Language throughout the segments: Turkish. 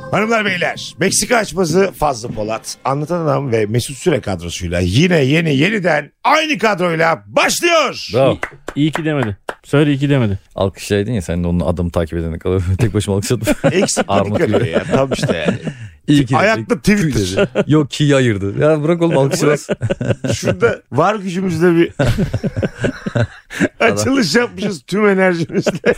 Hanımlar beyler, Meksika açması Fazlı Polat, Anlatan Adam ve Mesut Süre kadrosuyla yine yeniden aynı kadroyla başlıyor. Bravo. İyi ki demedi. Söyle iyi ki demedi. Alkışlaydın ya sen de onun adamı takip edene kadar. Tek başıma alkışladım. Eksiklik kalıyor ya, tam işte yani. İyi ki Ayakta Twitter. Yok ki ayırdı. Ya bırak oğlum alkışlamaz. Şurada var gücümüzle bir açılış yapmışız tüm enerjimizle.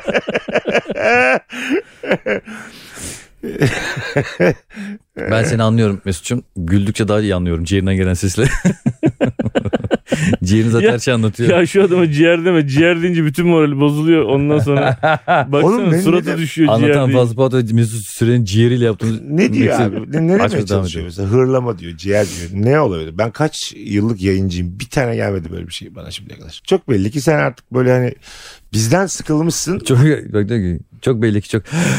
Ben seni anlıyorum Mesut'cum. Güldükçe daha iyi anlıyorum ciğerinden gelen sesle. Ciğerin zaten her şeyi anlatıyor. Ya şu adama ciğer deme. Ciğer deyince bütün morali bozuluyor. Ondan sonra baksana suratı düşüyor ciğer Anlatan deyince. Fazlı Polat ve Mesut Süren'in ciğeriyle yaptığımız... Ne diyor abi? Ne demeye Açmaya devam çalışıyor mesela? Hırlama diyor, ciğer diyor. Ne olabilir? Ben kaç yıllık yayıncıyım. Bir tane gelmedi böyle bir şey bana şimdiye kadar. Çok belli ki sen artık böyle hani bizden sıkılmışsın. Çok belli ki çok...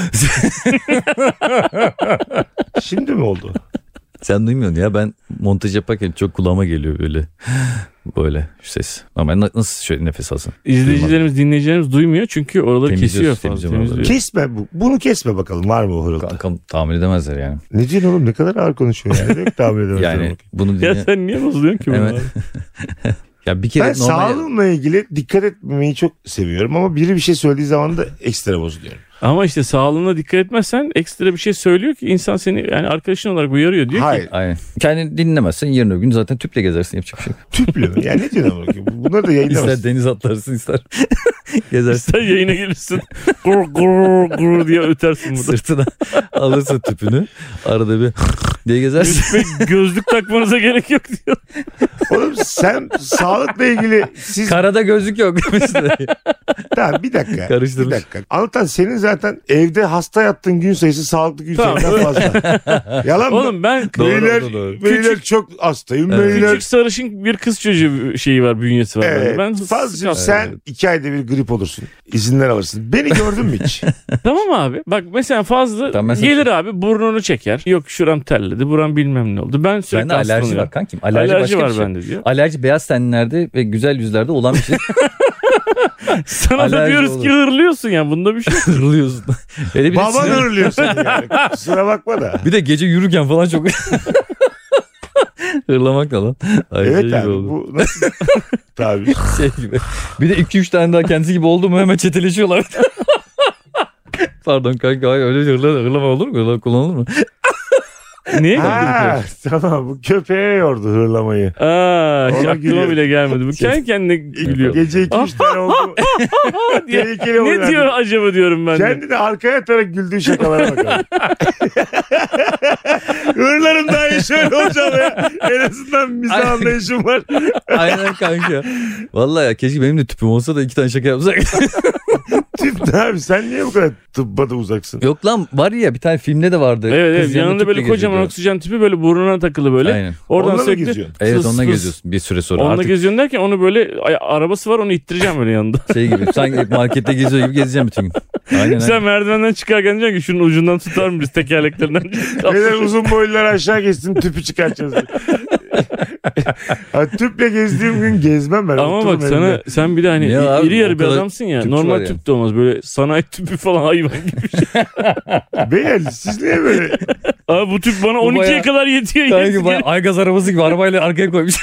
Şimdi mi oldu? Sen duymuyorsun ya, ben montaj yaparken çok kulağıma geliyor böyle. Böyle şu ses. Ama nasıl şöyle nefes alsın? İzleyicilerimiz, dinleyicilerimiz duymuyor çünkü oraları Temizliyoruz, kesiyor fazla. temizliyoruz. Temizliyor. Kesme bu. Bunu kesme bakalım. Var mı o hırıltı? Kankam tahmin edemezler yani. Ne diyorsun oğlum? Ne kadar ağır konuşuyor yani. Yok tahmin edemezler. Yani bunu Ya dinle... sen niye bozuluyorsun ki bunu? Evet. Ya bir kere Ben sağlığımla ilgili dikkat etmemeyi çok seviyorum ama biri bir şey söylediği zaman da ekstra bozuluyorum. Ama işte sağlığına dikkat etmezsen ekstra bir şey söylüyor ki insan seni yani arkadaşın olarak uyarıyor diyor Hayır. ki. Aynen. Kendini dinlemezsen yarın öbür gün zaten tüple gezersin, yapacak bir şey yok. Tüplü mü? Yani ne diyorsun ama? Bunları da yayınlamazsın. İster deniz atlarsın ister gezersin. Sen yayına gelirsin. Gur gur gur diye ötersin burada. Sırtına alırsın tüpünü. Arada bir diye gezersin. Ve gözlük takmanıza gerek yok diyor. Oğlum sen sağlıkla ilgili siz... Karada gözlük yok. Tamam bir dakika. Karıştırmış. Bir dakika. Anlatan senin zaten evde hasta yattığın gün sayısı sağlıklı gün Tamam. sayısından fazla. Yalan mı? Oğlum ben Doğru. Beyler çok hastayım. Evet. Beyler... küçük sarışın bir kız çocuğu şeyi var, bünyesi var. Evet. Ben Fazlacığım sen 2 ayda bir grip olursun. İzinler alırsın. Beni gördün mü hiç? Tamam abi. Bak mesela Fazlı Tamam, mesela- gelir abi burnunu çeker. Yok şuram terledi, buram bilmem ne oldu. Ben sürekli Bende alerji hastalanıyorum. var kankim. Alerji başka var bir şey. bende diyor. Alerji beyaz tenlerde ve güzel yüzlerde olan bir şey. Sana da Alerji diyoruz olur. ki hırlıyorsun ya. Bunda bir şey. Hırlıyorsun. Hele bir de Baban sinir- hırlıyor seni yani. Kusura bakma da. Bir de gece yürürken falan çok... Hırlamak da lan. Ay, Evet şey abi gibi oldu. bu nasıl? Tabii. Şey gibi. Bir de 2-3 tane daha kendisi gibi oldu mu hemen çeteleşiyorlar. Pardon kanka, öyle hırlama olur mu? Hırlama kullanılır mı? Niye? Ha, tamam bu köpeğe yordu hırlamayı. Ona Aklıma gülüyor. bile gelmedi. Bu kendi kendine gülüyor. Gece 2-3 tane oldu. Tehlikeli oluyor. Ne diyor acaba diyorum ben de. Kendini arkaya atarak güldüğü şakalara bakalım. Hırlarım daha iyi şöyle olacağım ya. En azından mizah anlayışım var. Aynen kanka. Vallahi ya keşke benim de tüpüm olsa da 2 tane şaka yapsak. Tip ne abi sen niye bu kadar tıbba da uzaksın? Yok lan, var ya bir tane filmde de vardı. Evet, Kız evet. yanında Yanında böyle tüple kocaman geziyordu. oksijen tüpü böyle burnuna takılı böyle. Aynen. Oradan Onunla mı sürekli geziyorsun? Evet, fıs onunla fıs. geziyorsun bir süre sonra. Onunla Artık geziyorsun derken onu böyle arabası var, onu ittireceğim böyle yanında. şey gibi sanki markette geziyor gibi gezeceğim bütün gün. Aynen. Sen merdivenden çıkarken diyeceksin ki şunun ucundan tutar mı biz tekerleklerinden? Beyler uzun boylular aşağı geçsin tüpü çıkartacağız. Ha, tüple gezdiğim gün gezmem ben. Ama Otururum bak sana evde. sen bir de hani Ya abi, iri yarı o bir kadar adamsın ya. tüpçü Normal var ya. tüp de olmaz. Böyle sanayi tüpü falan hayvan gibi. Beyler siz niye böyle? Abi bu tüp bana 12'ye bayağı- kadar yetiyor. Kanka bayağı Aygaz arabası gibi arabayla arkaya koymuş.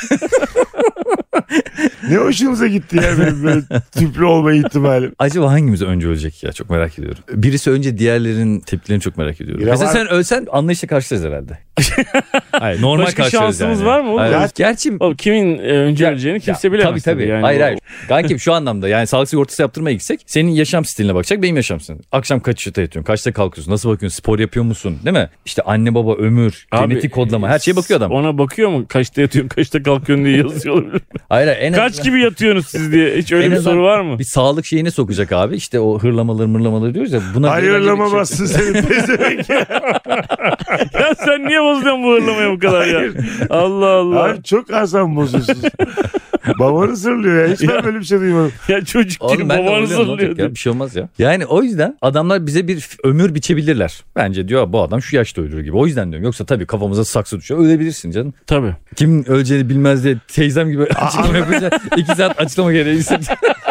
Ne hoşunuza gitti ya benim böyle tüplü olma ihtimalim. Acaba hangimiz önce ölecek ya, çok merak ediyorum. Birisi önce, diğerlerin tepkilerini çok merak ediyorum. Bir de Mesela var- sen ölsen anlayışla karşılarız herhalde. Hayır, normal Başka karşılarız şansımız yani. var mı oğlum? Hayır, Ya- gerçi Oğlum kimin önce öleceğini kimse bilemez. Tabii. Yani Hayır. Kankim şu anlamda yani sağlık sigortası yaptırmaya gitsek senin yaşam stiline bakacak, benim yaşam stilim. Akşam kaçta yatıyorsun, kaçta kalkıyorsun, nasıl bakıyorsun, spor yapıyor musun, değil mi? İşte anne baba, ömür, Abi, genetik kodlama, her şeye bakıyor adam. Ona bakıyor mu? Kaçta yatıyorsun, kaçta kalkıyorsun diye yazıyor olabilir. Hayır, en Kaç azından gibi yatıyorsunuz siz diye. Hiç öyle en bir azından soru var mı? bir sağlık şeyine sokacak abi. İşte o hırlamaları diyoruz ya. Buna Hayırlamamazsın seni pezevenk ya. Ya sen niye bozuyorsun bu hırlamaya bu kadar ya? Allah Allah. Abi çok asam bozuyorsunuz. Babanı sırlıyor ya. Hiç ben böyle bir şey duymadım. Ya çocuk değil Oğlum ben de babanı oluyorum, ne olacak sırlıyor. ya? Bir şey olmaz ya. Yani o yüzden adamlar bize bir ömür biçebilirler. Bence diyor bu adam şu yaşta ölür gibi. O yüzden diyorum. Yoksa tabii kafamıza saksı düşüyor. Ölebilirsin canım. Tabii. Kim öleceğini bilmez diye teyzem gibi açıklama yapınca 2 saat açıklama gereği hissedeceğim.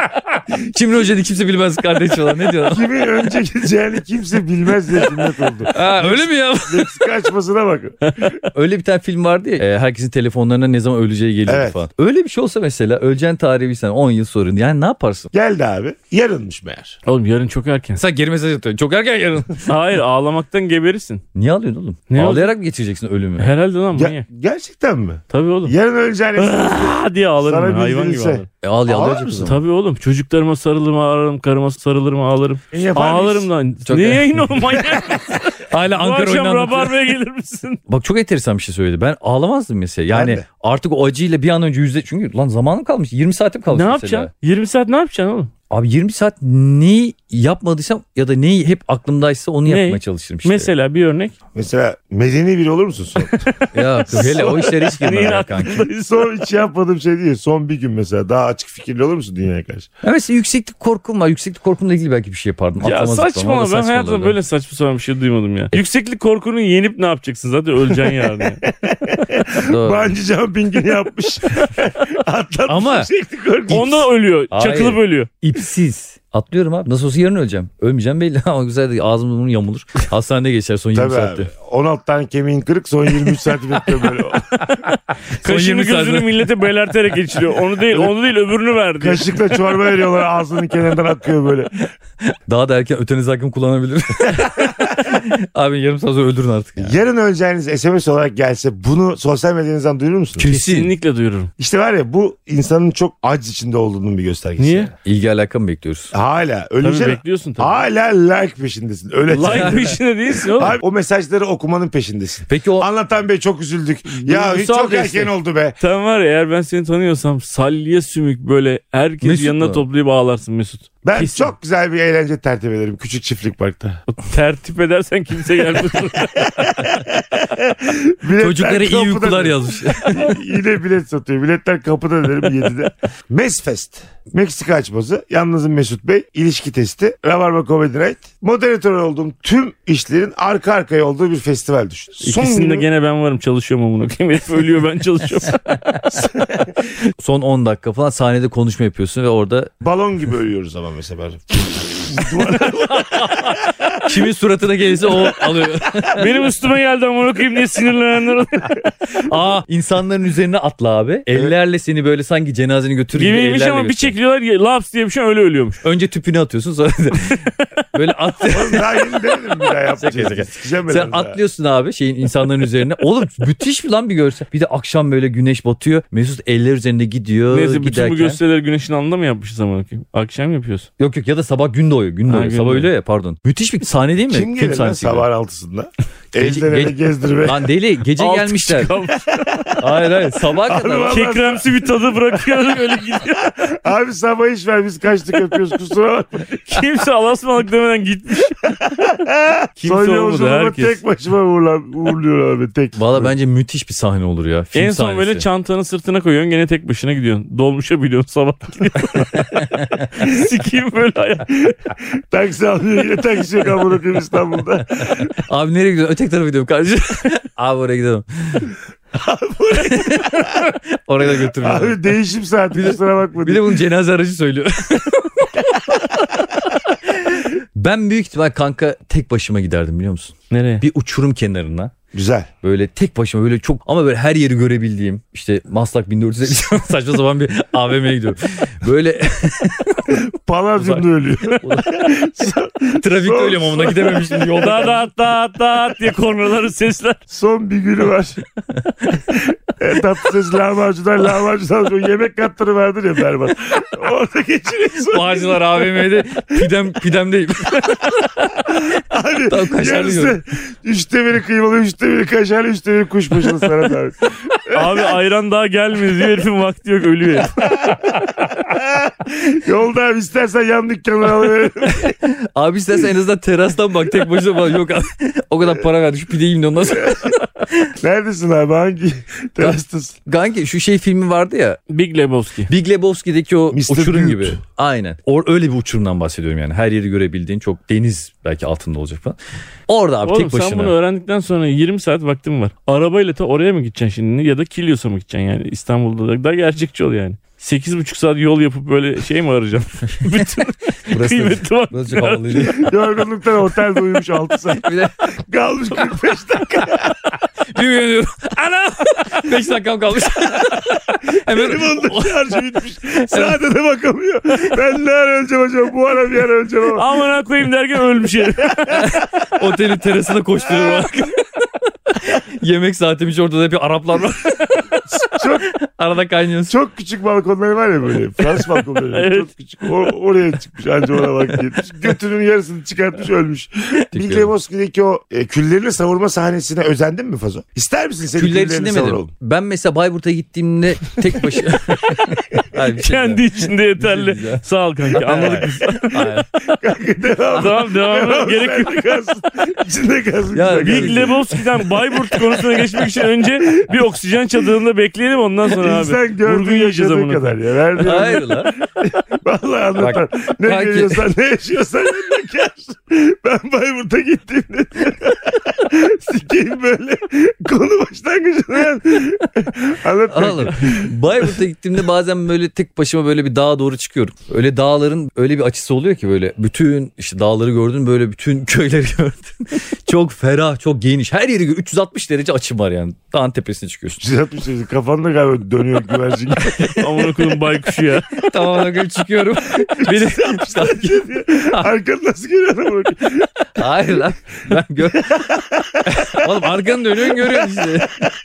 Kimin öleceğini kimse bilmez kardeş falan. Ne diyorsun? Kimin önce gideceğini kimse bilmez diye cümlet oldu. Ha, öyle mi ya? Meksika açmasına bakın. Öyle bir tane film vardı ya. Herkesin telefonlarına ne zaman öleceği geliyor Evet. falan. Öyle bir şey olsa mesela öleceğin tarihi bilsen 10 yıl sonra yani ne yaparsın? Geldi abi. Yarınmış meğer. Oğlum yarın çok erken. Sen geri mesaj atıyorsun. Çok erken yarın. Hayır ağlamaktan geberirsin. Niye ağlıyorsun oğlum? Ne Ağlayarak mı geçireceksin ölümü? Herhalde lan manyak. Gerçekten mi? Tabii oğlum. Yarın öleceğini Aa diye ağlarım Sana ben, hayvan gibi bildirilse. ağlarım. Ağlayacak Ağlar o mısın? zaman. Tabii oğlum çocuklarıma sarılırım ağlarım, karıma sarılırım ağlarım. Yapar mıyız? Ağlarım lan. Çok- Ne yayın oğlum manyak. Hala Bu Ankara akşam oyunu anlatıyor. Rabarba'ya gelir misin? Bak çok enteresan bir şey söyledi. Ben ağlamazdım mesela. Ben Yani de. artık o acıyla bir an önce yüzde... Çünkü lan zamanım kalmış. 20 saatim kalmış Ne mesela. yapacaksın? 20 saat ne yapacaksın oğlum? Abi 20 saat neyi yapmadıysam ya da neyi hep aklımdaysa onu Ne? yapmaya çalışırım işte. Mesela bir örnek. Mesela medeni biri olur musun son? Ya hele o işlere hiç girmem Neyin ya kanki. aklındayız? Son hiç yapmadığım şey değil. Son bir gün mesela daha açık fikirli olur musun dünyaya karşı? Ya mesela yükseklik korkum var. Yükseklik korkumla ilgili belki bir şey yapardım. Ya Atlama zıplama, o da saçmalama ben saçma hayatımda olurdu. böyle saçma sapan bir şey duymadım ya. Yükseklik korkunu yenip ne yapacaksın? Zaten öleceksin yarın. ya. Doğru. Bungee jumping'ini yapmış. Atlatmış Ama- yükseklik korku. Onda ölüyor. Hayır. Çakılıp ölüyor. İpsiz. Atlıyorum abi. Nasıl olsa yarın öleceğim. Ölmeyeceğim belli ama güzel de ağzım burnum yamulur. Hastanede geçer son 20 Tabii saatte. abi. 16 tane kemiğin kırık son 23 saat bekliyor böyle. Kaşını 20 gözünü saatte. millete belerterek geçiriyor. Onu değil öbürünü verdi. Kaşıkla çorba veriyorlar ağzının kenarından akıyor böyle. Daha da erken öteniz hakkım kullanabilir. Abi yarım saat sonra öldürün artık. Ya. Yarın öleceğiniz SMS olarak gelse bunu sosyal medyanızdan duyurur musunuz? Kesinlikle duyururum. İşte var ya bu insanın çok aciz içinde olduğunun bir göstergesi. Niye? yani. İlgi alaka mı bekliyoruz? Hala Tabii öleceksin. bekliyorsun tabii. Hala like peşindesin. Öyle. Like peşinde değilsin oğlum. Abi o mesajları okumanın peşindesin. Peki o Anlatan bey çok üzüldük. Ya hiç Duygusal çok destek. erken oldu be. Sen var ya eğer ben seni tanıyorsam salya sümük böyle herkes Mesut yanına mu? toplayıp ağlarsın Mesut. Ben Kesin. çok güzel bir eğlence tertip ederim. Küçük çiftlik parkta. Tertip edersen kimse gelmez. Biletler çocuklara iyi kapıda uykular derim. yazmış. Yine bilet satıyor. Biletler kapıda derim 7'de. Mesfest. Meksika açması. Yalnızım Mesut Bey. İlişki testi. Rabarba Comedy Night. Moderatör olduğum tüm işlerin arka arkaya olduğu bir festival düşün. İkisinde gene ben varım çalışıyorum amına koyayım. Herif ölüyor ben çalışıyorum. Son 10 dakika falan sahnede konuşma yapıyorsun ve orada balon gibi ölüyoruz ama mesela. kimin suratına gelirse o alıyor. Benim üstüme geldi amına koyayım diye sinirlenenler oluyor. Aa insanların üzerine atla abi. Ellerle seni böyle sanki cenazeni götürür gibi Gibiymiş ellerle ama bir götür. çekiliyorlar laps diye bir şey öyle ölüyormuş. Önce tüpünü atıyorsun sonra da böyle at. Oğlum daha yeni demedim bir daha yapacağız. Şaka. Sikeceğim ben Sen onu daha. atlıyorsun abi şeyin insanların üzerine. Oğlum müthiş bir lan bir görsel. Bir de akşam böyle güneş batıyor. Mesut eller üzerinde gidiyor Neyse bütün giderken. bu gösterileri güneşin alnında mı yapmışız amına koyayım? Akşam yapıyoruz. Yok ya da sabah gün doğuyor. Gün Ha, doğuyor. gün Sabah doğuyor. ölüyor ya pardon. Müthiş bir sahne değil mi? Kim gelir lan sahnesi gibi. sabahın altısında? Gece- Elden ele ge- gezdirme. Lan deli gece Altı gelmişler. çıkan- Hayır sabah kadar. Abi, lan. Kekremsi bir tadı bırakıyor öyle gidiyor. Abi sabah iş ver biz kaçtık öpüyoruz kusura bakma. Kimse alasmalık demeden gitmiş. Kimse Son olmadı yolculuğuma herkes. tek başıma uğurluyor abi tek. Valla bence müthiş bir sahne olur ya. Film En son sahnesi. böyle çantanı sırtına koyuyorsun gene tek başına gidiyorsun. Dolmuşa biliyorsun sabah gidiyorsun. Sikiyim böyle ayağı. Taksi almıyor yine taksi yok amına koyayım İstanbul'da. Abi nereye gidiyorsun? Öteki tarafa gidiyorum kardeşim. Abi oraya gidelim. Oraya da götürmüyor. Abi değişim saati kusura bakma. Bir de bunun cenaze aracı söylüyor. Ben büyük ihtimal kanka tek başıma giderdim biliyor musun? Nereye? Bir uçurum kenarına. Güzel. Böyle tek başıma böyle çok ama böyle her yeri görebildiğim işte Maslak 1450 saçma sapan bir AVM'ye gidiyorum. Böyle Paladyum'da ölüyor. trafikte ölüyorum ama ona gidememiştim yolda. Da da da da diye kornaların sesler. Son bir günü var. Tatlı ses lahmacundan sonra yemek katları vardır ya berbat. Orada geçiriyorsun. Bağcılar AVM'de pidemdeyim. Abi Tam kaşarlı yarısı yiyorum. 3'te biri kıymalı 3'te biri kaşarlı 3'te biri kuşbaşılı sana abi. Abi ayran daha gelmedi diyor herifin vakti yok ölüyor herif. Yolda abi istersen yan dükkanı alıverelim. Abi istersen en azından terastan bak tek başına bak yok abi. O kadar para verdi şu pideyi de ondan sonra. Neredesin abi hangi terastasın? Kanki şu şey filmi vardı ya. Big Lebowski. Big Lebowski'deki o Mr. uçurum Butte. gibi. Aynen. Öyle bir uçurumdan bahsediyorum yani. Her yeri görebildiğin çok deniz belki altında olacak falan. Orada abi Oğlum tek başına. sen bunu öğrendikten sonra 20 saat vaktin var. Arabayla ta oraya mı gideceksin şimdi ya da Kilyos'a mı gideceksin yani İstanbul'da da gerçekçi ol yani. 8,5 saat yol yapıp böyle şey mi arayacağım? Bütün Burası, kıymetli var. burası çok havalıydı. Yorgunluktan otelde uyumuş 6 saat. Bir de Kalmış 45 dakika. bir uyanıyorum. Ana! 5 dakikam kalmış. Hemen Telefonda şarjı bitmiş. Saate de bakamıyor. Ben ne ara öleceğim hocam? Bu ara bir ara öleceğim ama. Amına koyayım derken ölmüş herif. otelin terasına koşturuyorum. Yemek saatiymiş, orada da bir Araplar var. Çok Arada kaynıyorsun. çok küçük balkonları var ya böyle. Fransız balkonları. Evet. Çok küçük. Oraya çıkmış. Anca ona bak gitmiş. Götünün yarısını çıkartmış ölmüş. Big Lebowski'deki o küllerini savurma sahnesine özendin mi Fazo? İster misin senin Küller için küllerini demedim. savuralım? Ben mesela Bayburt'a gittiğimde tek başına... Hayır, bir şey Kendi değil. içinde yeterli. ya. Sağ ol kanki, anladık biz. Aynen. Kanka devam. Devam. Gerek yok. Sende kalsın. İçinde kalsın. Ya, içinde kalsın. Big Lebowski'den Bayburt konusuna geçmek için önce bir oksijen çadırında bekleyelim, ondan sonra abi. İnsan gördüğü Vurgun yiyeceğiz yaşadığı amına kadar koyayım. ya. Verdiğin Hayır lan. vallahi anlatan. Ne kanki- görüyorsan ne yaşıyorsan önüne gelsin. Ben Bayburt'a gittiğimde sikeyim böyle konu başlangıcına yani. Anlat kanka. Oğlum, Bayburt'a gittiğimde bazen böyle tek başıma böyle bir dağa doğru çıkıyorum. Öyle dağların öyle bir açısı oluyor ki böyle bütün işte dağları gördün, böyle bütün köyleri gördün. Çok ferah, çok geniş. Her yeri 360 derece açım var yani. Dağın tepesine çıkıyorsun. 360 derece kafanda galiba dönüyor güvercin gibi. Amına koyayım baykuşu ya. Tamam, ona çıkıyorum. Beni Arkanı nasıl görüyorsun bunu? hayır lan. Ben gör. Oğlum arkanı dönüyorsun, görüyorsun işte.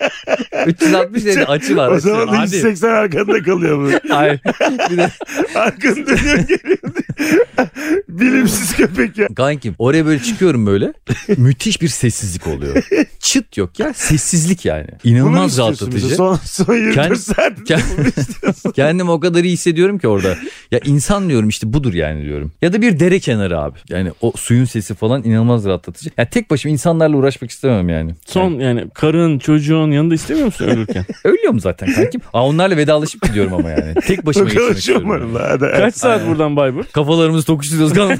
360 derece açı var. O zaman da Hadi. 180 arkanda kalıyor bu. Hayır. Bir de Arkanı dönüyor geliyor. Bilimsiz köpek ya. kankim oraya böyle çıkıyorum böyle. Müthiş bir sessizlik oluyor. Çıt yok ya. Sessizlik yani. Bunu mu İnanılmaz istiyorsun bize? rahatlatıcı. Son 24 saat bunu istiyorsun. Kendimi o kadar iyi hissediyorum ki orada. Ya insan diyorum işte budur yani diyorum. Ya da bir dere kenarı abi. Yani o suyun sesi falan inanılmaz rahatlatıcı. Ya tek başıma insanlarla uğraşmak istemem yani. Son yani karın, çocuğun yanında istemiyor musun ölürken? Ölüyorum zaten kankim. Onlarla vedalaşıp gidiyorum ama yani. Tek başıma geçmek Çalışıyorum istiyorum. onunla. Hadi. Kaç saat buradan Bayburt? Kafalarımızı tokuşturuyoruz kanka.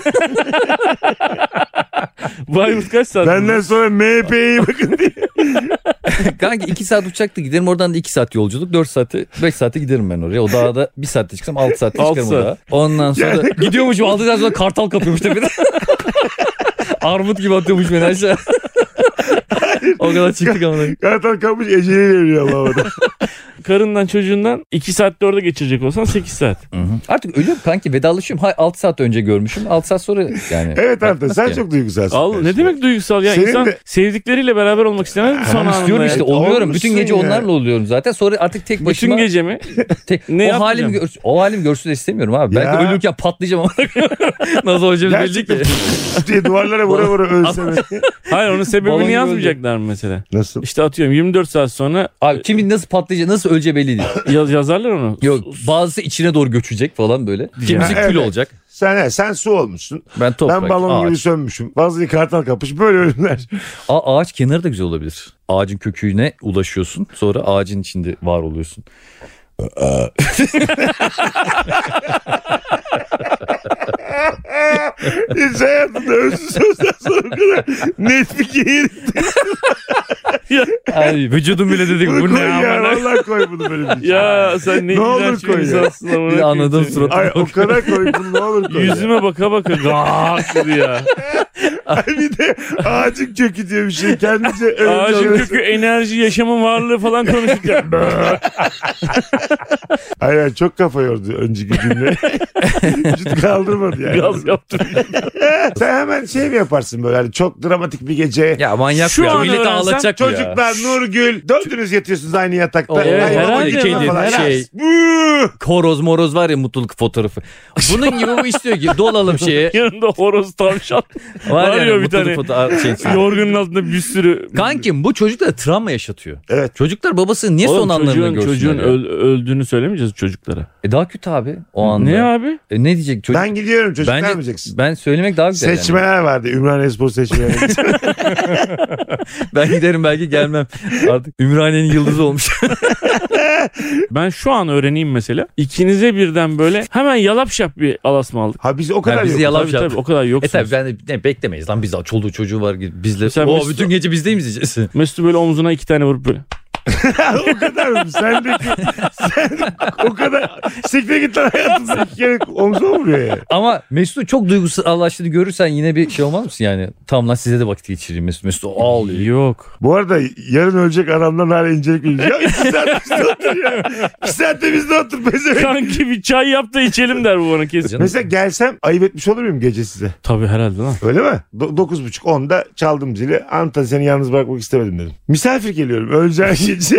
Bayburt kaç saat? Benden sonra MHP'ye bakın diye. Kanki 2 saat uçakla giderim, oradan da 2 saat yolculuk. 4 saate 5 saate giderim ben oraya. O dağda 1 saatte çıksam 6 saatte 6 çıkarım o saat. dağa. Ondan sonra Yani- gidiyormuşum 6 saat sonra kartal kapıyormuş tepede. Armut gibi atıyormuş beni aşağı. O kadar çıktık ama. Kartal kapmış eceliyle ölüyor ama orada. Karından, çocuğundan 2 saatte orada geçirecek olsan 8 saat. Artık ölüyorum kanki, vedalaşıyorum. 6 saat önce görmüşüm. 6 saat sonra yani. Evet Arda sen Nasıl çok duygusalsın. Al, ne demek duygusal ya? Senin İnsan de- sevdikleriyle beraber olmak istemez mi son Tamam, anında? istiyorum ya? işte, oluyorum. olmuşsun Bütün gece ya. onlarla oluyorum zaten. Sonra artık tek başıma. Bütün gece mi? o Ne yapacağım? halimi o halimi görsün istemiyorum abi. Ya. Belki ölürken patlayacağım ama. Nasıl olacağız belli Gerçekten ki. diye duvarlara vura vura ölseme. Hayır, onun Balon sebebini gibi yazmayacaklar mı mesela? Nasıl? İşte atıyorum 24 saat sonra Abi kimin nasıl patlayacak, nasıl öleceği belli değil. yazarlar onu. Yok, bazısı içine doğru göçecek falan böyle. Kimisi Ha, kül evet. olacak. Sen su olmuşsun. Ben toprak, Ben balon ağaç. gibi sönmüşüm. Bazıları kartal kapış. Böyle ölümler. Ağaç kenarı da güzel olabilir. Ağacın köküne ulaşıyorsun. Sonra ağacın içinde var oluyorsun. Hiç hayatımda ölsüz sözden sonra bu kadar net bir geyir. Ay, vücudum bile dedik Bunu bu koy ne ya. ama. Vallahi koy bunu böyle bir şey. Ya sen ne Ne olur iğrenç bir koy ya. insansın amına Bir de koyayım anladım seni. suratını. Ay o kadar koy bunu ne olur koy. Yüzüme baka baka gaaak dedi ya. Ay bir de ağacın kökü diye bir şey. Kendince öyle Ağacın kökü, enerji, yaşamın varlığı falan konuşurken. Aynen çok kafa yordu önceki cümle. Vücut kaldırmadı yani. Gaz yaptım. Sen hemen şey mi yaparsın böyle hani çok dramatik bir gece. Ya manyak Şu ya. an Milleti öğrensem ağlatacak bu ya. Çocuklar Nurgül döndünüz yatıyorsunuz aynı yatakta. O, evet, Ay, herhalde babacığım lan, falan. herhalde. Ya, bu. Horoz moroz var ya, mutluluk fotoğrafı. Bunun gibi bu istiyor ki dolalım şeye. Yanında horoz tavşan. Var Var ya ya bir mutluluk tane. fotoğrafı. Yorgunun altında bir sürü. Kankim bu çocuklara travma yaşatıyor. Evet. Çocuklar babasını niye son Oğlum, anlarında görsünler çocuğun ya? öldüğünü söylemeyeceğiz çocuklara. Daha kötü abi o anda. Ne abi? Ne diyecek çocuk? Ben gidiyorum çocuk Bence vermeyeceksin. ben söylemek daha güzel. Yani. Seçmeler vardı. Ümraniye seçmeleri. Ben giderim belki gelmem. Artık Ümraniye'nin yıldızı olmuş. Ben şu an öğreneyim mesela. İkinize birden böyle hemen yalap şap bir alasma aldık. Ha biz o kadar bizi yok. yalan- Tabii şap. tabii o kadar yoksunuz. tabii ben de beklemeyiz lan, biz daha çoluğu çocuğu var bizle. Sen O Mesut- bütün gece biz değil mi diyeceğiz? Mesut'u böyle omzuna 2 tane vurup böyle. O kadar mı? Sen o kadar. Siktir git lan hayatımda 2 kere omzuma vuruyor ya. Ama Mesut'u çok duygusallaştığını görürsen yine bir şey olmaz mısın yani? Tamam lan size de vakit geçireyim Mesut. Mesut ağlıyor. Yok. Bu arada yarın ölecek adamdan hala incelik veriyor. Ya 2 saat bizde otur ya. 2 saatte bizde otur. Pezevenk. Kanki bir çay yap da içelim der bu bana kesin. Canım. Mesela gelsem ayıp etmiş olur muyum gece size? Tabii herhalde lan. Öyle mi? 9.30-10'da çaldım zili. Antalya seni yalnız bırakmak istemedim dedim. Misafir geliyorum. Öleceğin gece.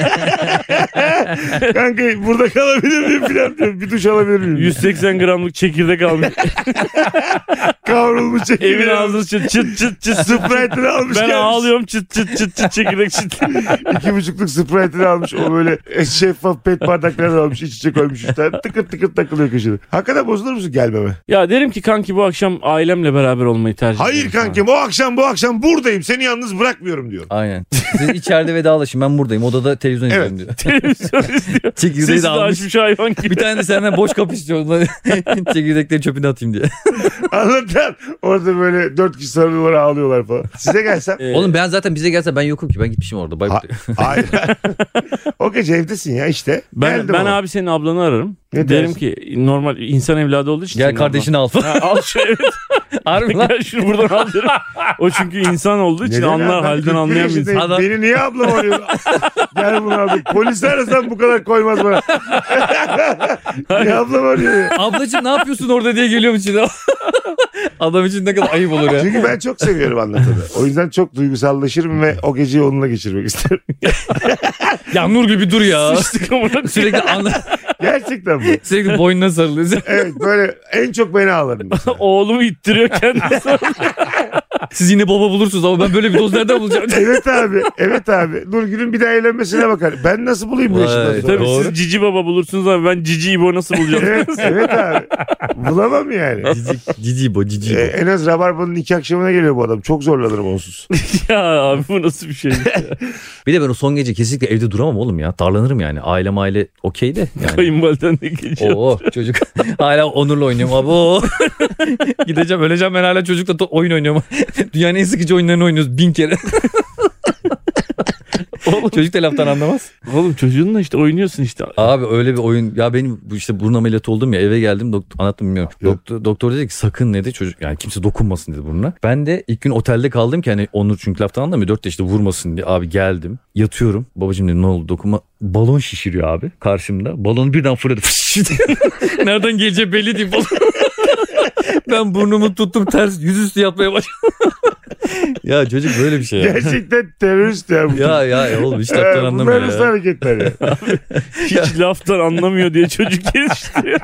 Kanka burada kalabilir miyim falan diyorum. Bir duş alabilir miyim? 180 gramlık çekirdek almış. Kavrulmuş çekirdek. Evin ağzını çıt çıt çıt çıt. Sprite'ını almış Ben gelmiş. ağlıyorum çıt çıt çıt çıt çekirdek çıt. 2,5'luk Sprite'ını almış. O böyle şeffaf pet bardaklarını almış. İç içe koymuş 3 tane. Tıkır tıkır takılıyor köşede. Hakikaten bozulur musun gelmeme? Ya derim ki kanki bu akşam ailemle beraber olmayı tercih ederim. Hayır kankim bu akşam buradayım. Seni yalnız bırakmıyorum diyor. Aynen. Siz içeride vedalaşın ben buradayım. Odada televizyon Evet. izliyorum diyor. Televizyon izliyor. Çekirdeği Sesi de de almış. açmış hayvan gibi. Bir tane de senden boş kapı istiyor. Çekirdekleri çöpüne atayım diye. Anlatan. Orada böyle 4 kişi sarılıyorlar ağlıyorlar falan. Size gelsem. Oğlum ben zaten bize gelse ben yokum ki. Ben gitmişim orada. Bay bay. Hayır. O gece evdesin ya işte. Ben Geldim ben ama. abi senin ablanı ararım. Ne Derim dersin? ki normal insan evladı olduğu için. Gel senin kardeşini al. ablan. Ha, al şu evet. Harbi lan. Gel şunu buradan al derim. O çünkü insan olduğu için Neden anlar abi? Ben halden 41 anlayan bir yaşındayım. insan. Adam- Beni niye ablam arıyor? Gel bunu abi. Polisi arasam bu kadar koymaz bana. Niye ablam arıyor ya? Ablacığım ne yapıyorsun orada diye geliyorum içine. Adam için ne kadar ayıp olur ya. Çünkü ben çok seviyorum anlatanı. O yüzden çok duygusallaşırım ve o geceyi onunla geçirmek isterim. Ya Nur gibi dur ya. Sıçtık amına. Sürekli Gerçekten bu. sürekli boynuna sarılıyor. Evet böyle en çok beni ağlarım. mesela. Oğlumu ittiriyor kendisi. Siz yine baba bulursunuz ama ben böyle bir doz nereden bulacağım? Evet abi. Evet abi. Nurgül'ün bir daha eğlenmesine bakar. Ben nasıl bulayım bu Vay, yaşımdan sonra? Tabii Doğru. siz cici baba bulursunuz ama ben cici İbo nasıl bulacağım? Evet, evet abi. Bulamam yani. Cici bu cici bu. En az Rabarba'nın 2 akşamına geliyor bu adam. Çok zorlanırım onsuz. Ya abi bu nasıl bir şey? Bir de ben o son gece kesinlikle evde duramam oğlum ya. Darlanırım yani. Aile okey de. Yani. Kayınvaliden de geliyor. Oo çocuk hala Onur'la oynuyorum abi. Oo. Gideceğim öleceğim ben hala çocukla oyun oynuyorum. Dünyanın en sıkıcı oyunlarını oynuyoruz 1000 kere. Çocuk da laftan anlamaz. Oğlum çocuğunla işte oynuyorsun işte. Abi öyle bir oyun ya benim bu işte burun ameliyatı oldum ya eve geldim anlattım bilmiyorum. Doktor dedi ki sakın dedi çocuk yani kimse dokunmasın dedi burnuna. Ben de ilk gün otelde kaldım ki hani Onur çünkü laftan anlamıyor 4 yaşında vurmasın diye abi geldim yatıyorum babacığım dedi ne oldu dokunma balon şişiriyor abi karşımda balonu birden fırladı. Nereden geleceği belli değil balon. Ben burnumu tuttum ters yüzüstü yatmaya başladım. Ya çocuk böyle bir şey ya. Gerçekten terörist ya. Bu. Ya oğlum hiç laftan anlamıyor Bunlar nasıl ya. hareketler ya? Hiç laftan anlamıyor diye çocuk geliştiriyor.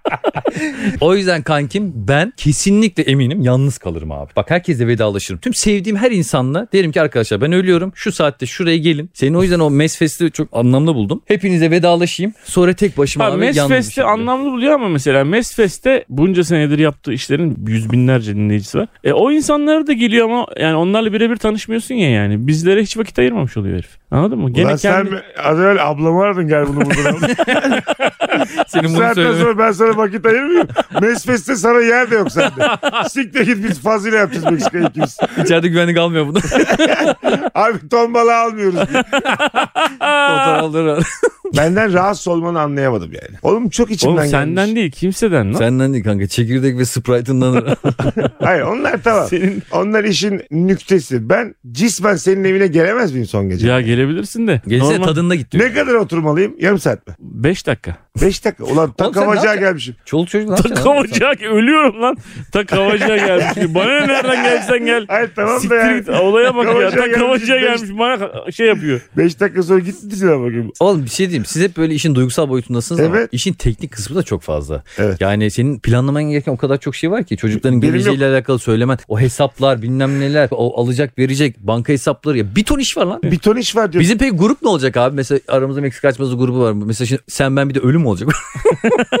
O yüzden kankim ben kesinlikle eminim yalnız kalırım abi. Bak herkesle vedalaşırım. Tüm sevdiğim her insanla derim ki arkadaşlar ben ölüyorum. Şu saatte şuraya gelin. Senin o yüzden o Mesfest'i çok anlamlı buldum. Hepinize vedalaşayım. Sonra tek başıma abi yalnız bir Mesfest'i şekilde. anlamlı buluyor ama mesela Mesfest'te bunca senedir yaptığı işlerin yüz binlerce dinleyicisi var. O insanlar da geliyor ama yani onlarla birebir tanışmıyorsun ya yani. Bizlere hiç vakit ayırmamış oluyor herif. Anladın mı? Ulan sen az evvel ablamı aradın gel bunu buradan al. Senin Bu bunu saatten söyleme. sonra ben sana vakit ayırmıyorum. Mesfest'te sana yer de yok sende. Siktir git biz fazıyla yapacağız Meksika'yı ikimiz. İçeride güvenlik almıyor bunu. Abi ton balığı almıyoruz diye. Fotoğrafları. Benden rahatsız olmanı anlayamadım yani. Oğlum çok içimden Oğlum gelmiş. senden değil kimseden lan. Senden değil kanka çekirdek ve Sprite'ından. Hayır onlar tamam. Senin... Onlar işin nüktesi. Ben cismen senin evine gelemez miyim son gece? Ya gelebilirsin de. Gelirse Normal tadında git diyor. Ne kadar oturmalıyım? Yarım saat mi? 5 dakika. 5 dakika. Ulan Oğlum sen ne takamacağa yapacaksın? gelmişim. Çoluk çocuk ne yapacaksın? Tak havacıya ölüyorum lan. Tak havacıya gelmiş. Bana ne nereden gelsen gel. Hayır tamam da Siktir yani. git. Olaya bak ya. Havacıya Tak havacıya gelmiş. gelmiş. Bana şey yapıyor. 5 dakika sonra git dizine bakayım. Oğlum bir şey diyeyim. Siz hep böyle işin duygusal boyutundasınız ama Evet. işin teknik kısmı da çok fazla. Evet. Yani senin planlaman gereken o kadar çok şey var ki çocukların Benim geleceğiyle alakalı söylemen. O hesaplar bilmem neler. O alacak verecek banka hesapları ya bir ton iş var lan. Bir ton iş var diyor. Bizim peki grup ne olacak abi? Mesela aramızda Meksika açması grubu var. Mesela şimdi sen ben bir de ölüm olacak.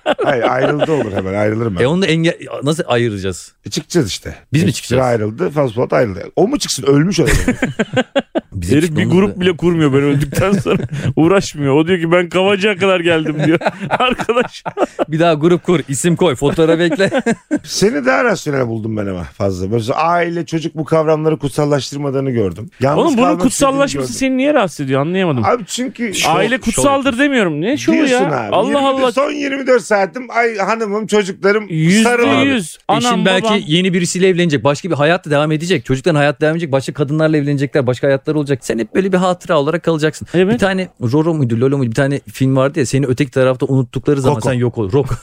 Hayır, ayrıldı olur, hemen ayrılırım ben. Onu da nasıl ayıracağız? Çıkacağız işte. Biz mi Mesut çıkacağız? Süre ayrıldı. Fazıl Polat ayrıldı. O mu çıksın? Ölmüş o zaman. Bizim Herif bir çıkmamız grup da- bile kurmuyor ben öldükten sonra. Uğraşmıyor. O diyor ki ben Kavacı'ya kadar geldim diyor. Arkadaş. Bir daha grup kur, isim koy, fotoğraf ekle. Seni daha rasyonel buldum ben ama fazla. Mesela aile, çocuk bu kavramları kutsallaştırmadığını gördüm. Yalnız Oğlum bunun kalmak kutsallaşması istediğini seni niye rahatsız ediyor anlayamadım. gördüm. Abi çünkü Aile kutsaldır demiyorum. Ne şovu diyorsun ya? abi. Allah 24 Allah. Son 24 saatim hanımım, çocuklarım sarılıyor. %100. Eşin Anam belki babam. yeni birisiyle evlenecek. Başka bir hayat da devam edecek. Çocukların hayat devam edecek. Başka kadınlarla evlenecekler. Başka hayatları olacak. Sen hep böyle bir hatıra olarak kalacaksın. Evet. Bir tane Roro muydu Lolo muydu? Bir tane film vardı ya. Seni öteki tarafta unuttukları zaman Coco. sen yok ol. Rock.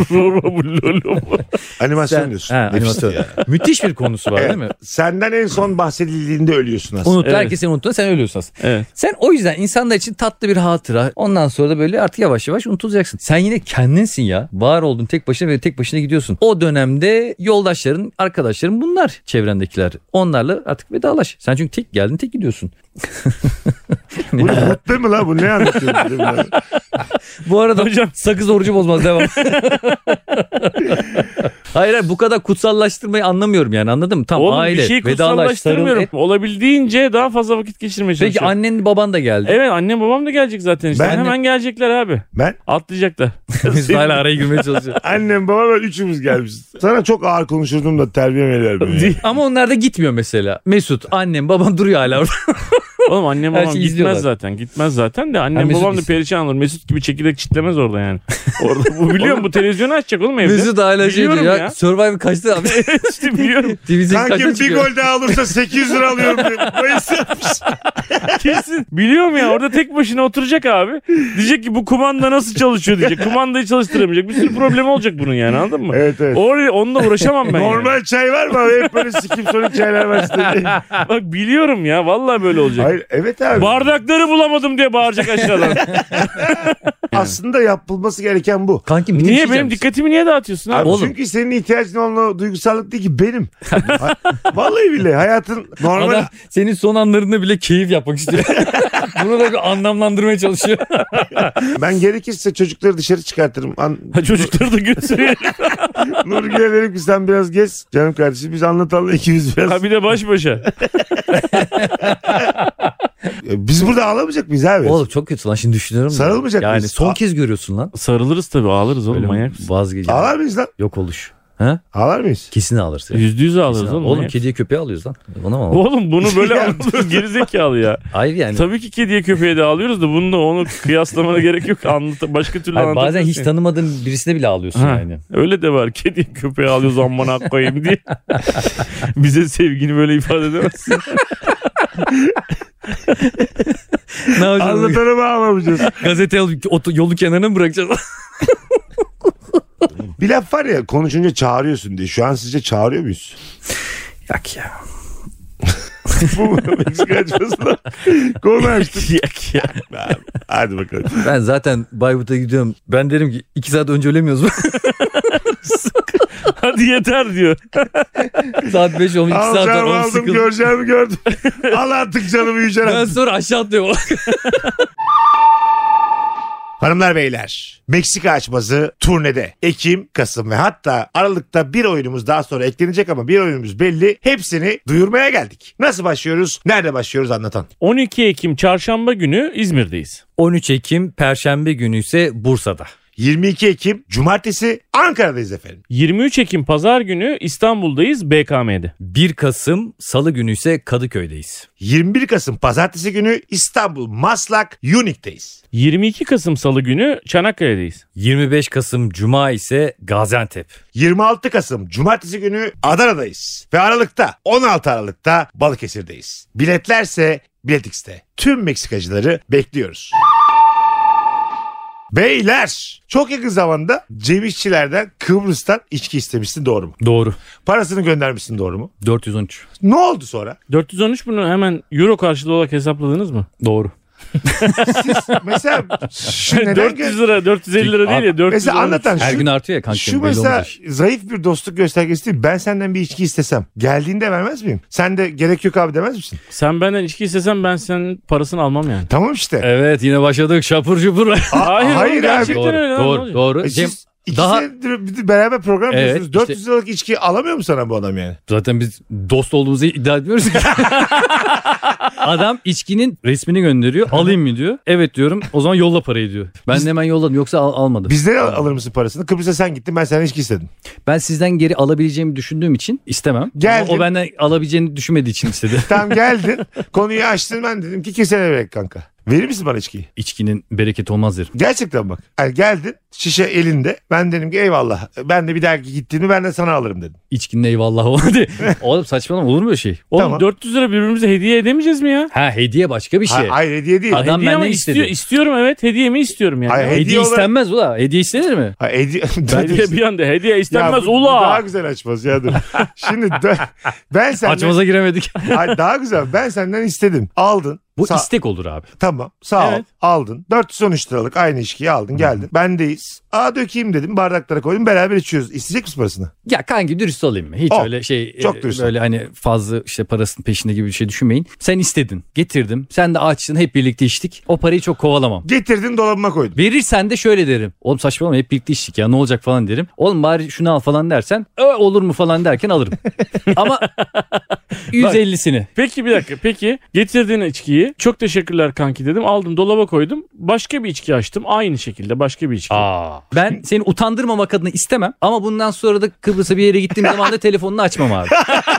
Animasyon diyorsun. Ha, Nefis animasyon. ya. Müthiş bir konusu var değil mi? Senden en son bahsedildiğinde ölüyorsun aslında. Unut. Evet. Herkes seni unuttu. Sen ölüyorsun aslında. Evet. Sen o yüzden insanlar için tatlı bir hatıra. Ondan sonra da böyle artık yavaş yavaş unutulacaksın. Sen yine kendinsin ya. Var oldun tek başına ve tek başına gidiyorsun. O dönemde yoldaşların, arkadaşların bunlar çevrendekiler. Onlarla artık vedalaş. Sen çünkü tek geldin tek gidiyorsun. Bu ne hutbe mi la? Bu ne anlatıyorsun? Bu arada Hocam. sakız orucu bozmaz devam. Hayır bu kadar kutsallaştırmayı anlamıyorum yani anladın mı? Tam Oğlum aile, bir şey vedalaş, sarıl, kutsallaştırmıyorum. et. Olabildiğince daha fazla vakit geçirmeye Peki çalışıyorum. annen baban da geldi. Evet annem babam da gelecek zaten işte. Ben- Hemen gelecekler abi. Ben Atlayacaklar. Biz hala araya girmeye çalışıyoruz. annem babam ben üçümüz gelmişiz. Sana çok ağır konuşurdum da terbiyem el vermiyor. Ama onlar da gitmiyor mesela. Mesut, annem, babam duruyor hala orada. Oğlum annem Her babam şeyi gitmez izliyorlar. zaten. Gitmez zaten de Ha, annem Mesut babam da gitsin. perişan olur. Mesut gibi çekirdek çitlemez orada yani. Orada bu biliyor musun? Bu televizyonu açacak oğlum evde. Mesut hala şey diyor Biliyorum ya. ya. Survivor kaçtı abi. İşte biliyorum. TV'si Kankim kaçta bir çıkıyor? gol daha olursa 800 lira alıyorum diye. Bayıs yapmış. Kesin. Biliyorum ya orada tek başına oturacak abi. Diyecek ki bu kumanda nasıl çalışıyor diyecek. Kumandayı çalıştıramayacak. Bir sürü problemi olacak bunun yani anladın mı? Evet evet. Onunla uğraşamam ben yani. Normal çay var mı abi? Hep böyle sikim sonik çaylar var size. Bak biliyorum ya vallahi böyle olacak. Hayır evet abi. Bardakları bulamadım diye bağıracak aşağıdan. Aslında yapılması gereken bu. Kanki bir şey Niye diyeceğim. benim dikkatimi niye dağıtıyorsun abi? Abi Oğlum. çünkü senin ihtiyacın olan o duygusallık değil ki benim. Vallahi billahi hayatın normal. Adam senin son anlarında bile keyif yapmak istiyor. Bunu da bir anlamlandırmaya çalışıyor. Ben gerekirse çocukları dışarı çıkartırım. Çocukları da götürüyor. Nurgül'e derim ki sen biraz gez. Canım kardeşim biz anlatalım ikimiz biraz. Ha bir de baş başa. Biz burada ağlamayacak mıyız abi? Oğlum çok kötü lan şimdi düşünüyorum. da. Sarılmayacak yani mıyız? son kez görüyorsun lan. Sarılırız tabii ağlarız oğlum Böyle manyak mısın? vazgeçeceğim. Ağlar mıyız lan? Yok oluş. Ha? Ağlar mıyız? Kesin ağlırsın. %100 ağlarız Kesin oğlum. Oğlum manyak. kediye köpeğe alıyoruz lan. Ona mı? Oğlum bunu böyle Ya, anlatıyoruz gerizekalı ya. Hayır yani. Tabii ki kediye köpeğe de ağlıyoruz da bunu da onu kıyaslamana gerek yok. Başka türlü Hayır, bazen anlatabilirsin. hiç tanımadığın birisine bile ağlıyorsun Ha, yani. öyle de var. Kediye köpeğe ağlıyoruz amına koyayım diye. Bize sevgini böyle ifade edemezsin. Ne yapacağız? Anlatanı mı ağlamayacağız? Gazete alıp yolun kenarına mı bırakacağız? Bir laf var ya konuşunca çağırıyorsun diye. Şu an sizce çağırıyor muyuz? Yok ya. Bu mu? Meksika açmasına konu açtık. Yak ya. Hadi bakalım. Ben zaten Bayburt'a gidiyorum. Ben derim ki 2 saat önce ölemiyoruz mu? Hadi yeter diyor. Saat 5 olmuş 2 saat var. Alacağımı Onu aldım sıkıldım. göreceğimi gördüm. Al artık canımı yücel Ben artık. sonra aşağı atlıyorum. Hanımlar beyler Meksika açması turnede Ekim, Kasım ve hatta Aralık'ta bir oyunumuz daha sonra eklenecek ama bir oyunumuz belli. Hepsini duyurmaya geldik. Nasıl başlıyoruz? Nerede başlıyoruz anlatan? 12 Ekim çarşamba günü İzmir'deyiz. 13 Ekim Perşembe günü ise Bursa'da. 22 Ekim Cumartesi Ankara'dayız efendim. 23 Ekim pazar günü İstanbul'dayız BKM'de. 1 Kasım Salı günü ise Kadıköy'deyiz. 21 Kasım Pazartesi günü İstanbul Maslak Unique'deyiz. 22 Kasım Salı günü Çanakkale'deyiz. 25 Kasım Cuma ise Gaziantep. 26 Kasım Cumartesi günü Adana'dayız. Ve Aralık'ta 16 Aralık'ta Balıkesir'deyiz. Biletlerse Bilet X'te. Tüm Meksikacıları bekliyoruz. Beyler çok yakın zamanda Cem İşçilerden Kıbrıs'tan içki istemişsin doğru mu? Doğru. Parasını göndermişsin doğru mu? 413. Ne oldu sonra? 413 bunu hemen euro karşılığı olarak hesapladınız mı? Doğru. Mesela şu neden 400 lira 450 lira değil ya 400 Mesela lira. anlatan Her şu, gün artıyor ya kanka. şu belli mesela olmayacak. zayıf bir dostluk göstergesi değil. Ben senden bir içki istesem geldiğinde vermez miyim? Sen de gerek yok abi demez misin? Sen benden içki istesen ben senin parasını almam yani. Tamam işte. Evet yine başladık şapur şupur. Hayır, hayır oğlum, abi. gerçekten Doğru, öyle. lan, ne doğru, olacak? doğru. Siz Cem İki Daha- senedir beraber program Evet, yapıyorsunuz. 400 liralık içki alamıyor mu sana bu adam yani? Zaten biz dost olduğumuzu iddia etmiyoruz ki. Adam içkinin resmini gönderiyor. Alayım mı diyor. Evet diyorum. O zaman yolla parayı diyor. Ben de hemen yolladım. Yoksa almadım. Bizden alır mısın parasını? Kıbrıs'a sen gittin, ben senden içki istedim. Ben sizden geri alabileceğimi düşündüğüm için istemem. Geldim. Ama o benden alabileceğini düşünmediği için istedi. Tam geldin, konuyu açtın, ben dedim ki kesene verek kanka. Verir misin bana içkiyi? İçkinin bereketi olmaz derim. Gerçekten bak. Yani geldin, şişe elinde. Ben dedim ki eyvallah. Ben de bir dahaki gittiğimi ben de sana alırım dedim. İçkinin eyvallah olmadı. Oğlum saçmalama, olur mu öyle şey? Oğlum Tamam. 400 lira birbirimize hediye edemeyeceğiz mi ya? Ha, hediye başka bir şey. Hayır, hediye değil. Adam Hediye ama benden istedi. istiyorum evet. Hediyemi istiyorum yani. Hayır, Hediye olarak- istenmez ula. Hediye istenir mi? Hediye... Hediye bir anda hediye Ya istenmez bu ula. daha güzel açmaz ya dur. Şimdi ben senden... Açmaza giremedik. Ay, daha güzel. Ben senden istedim. Aldın. Bu Sağ- istek olur abi. Tamam, sağ ol. Evet. Aldın. 413 liralık aynı içkiyi aldın, geldin. Bendeyiz. Dökeyim dedim, bardaklara koydum, beraber içiyoruz. İsteyecek misin parasını? Ya kanki dürüst olayım mı? Hiç Ol. öyle şey Çok dürüst böyle hani fazla işte parasının peşinde gibi bir şey düşünmeyin. Sen istedin. Getirdim. Sen de açtın. Hep birlikte içtik. O parayı çok kovalamam. Getirdin, dolabıma koydum. Verirsen de şöyle derim. Oğlum saçmalama, hep birlikte içtik ya, ne olacak falan derim. Oğlum bari şunu al falan dersen olur mu falan derken alırım. Ama 150'sini. Peki bir dakika. Peki getirdiğin içkiyi çok teşekkürler kanki dedim. Aldım dolaba koydum. Başka bir içki açtım. Aynı şekilde başka bir içki. Ben seni utandırmamak adına istemem. Ama bundan sonra da Kıbrıs'a bir yere gittiğim zaman da telefonunu açmam abi.